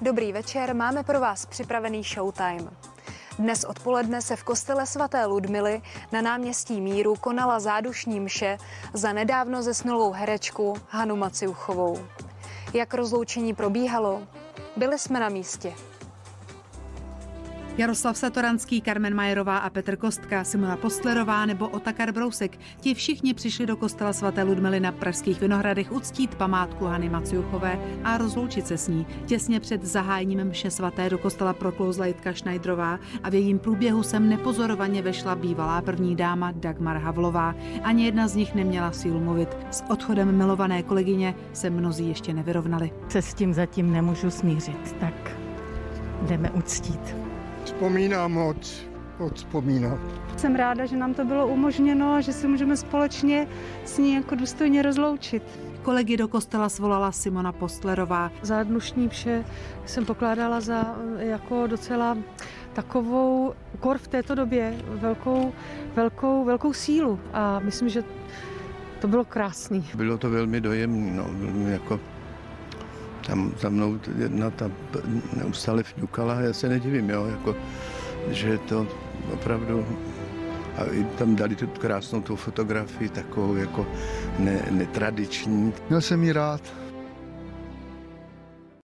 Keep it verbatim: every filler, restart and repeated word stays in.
Dobrý večer, máme pro vás připravený showtime. Dnes odpoledne se v kostele svaté Ludmily na náměstí Míru konala zádušní mše za nedávno zesnulou herečku Hanu Maciuchovou. Jak rozloučení probíhalo? Byli jsme na místě. Jaroslav Satoranský, Karmen Majerová a Petr Kostka, Simona Postlerová nebo Otakar Brousek. Ti všichni přišli do kostela svaté Ludmily na pražských Vinohradech uctít památku Hany Maciuchové a rozloučit se s ní. Těsně před zahájením mše svaté do kostela proklouzla Jitka Šnajdrová a v jejím průběhu sem nepozorovaně vešla bývalá první dáma Dagmar Havlová. Ani jedna z nich neměla sílu mluvit. S odchodem milované kolegyně se mnozí ještě nevyrovnali. Se s tím zatím nemůžu smířit, tak jdeme uctít. Vzpomínám moc, moc vzpomínám. Jsem ráda, že nám to bylo umožněno a že si můžeme společně s ní jako důstojně rozloučit. Kolegy do kostela svolala Simona Postlerová. Zádušní mše jsem pokládala za jako docela takovou kor v této době, velkou, velkou, velkou sílu a myslím, že to bylo krásný. Bylo to velmi dojemné, no, jako tam za mnou jedna ta neustále fňukala, já se nedivím, jo, jako, že to opravdu, a i tam dali tu krásnou tu fotografii, takovou jako ne, netradiční. Měl jsem jí rád.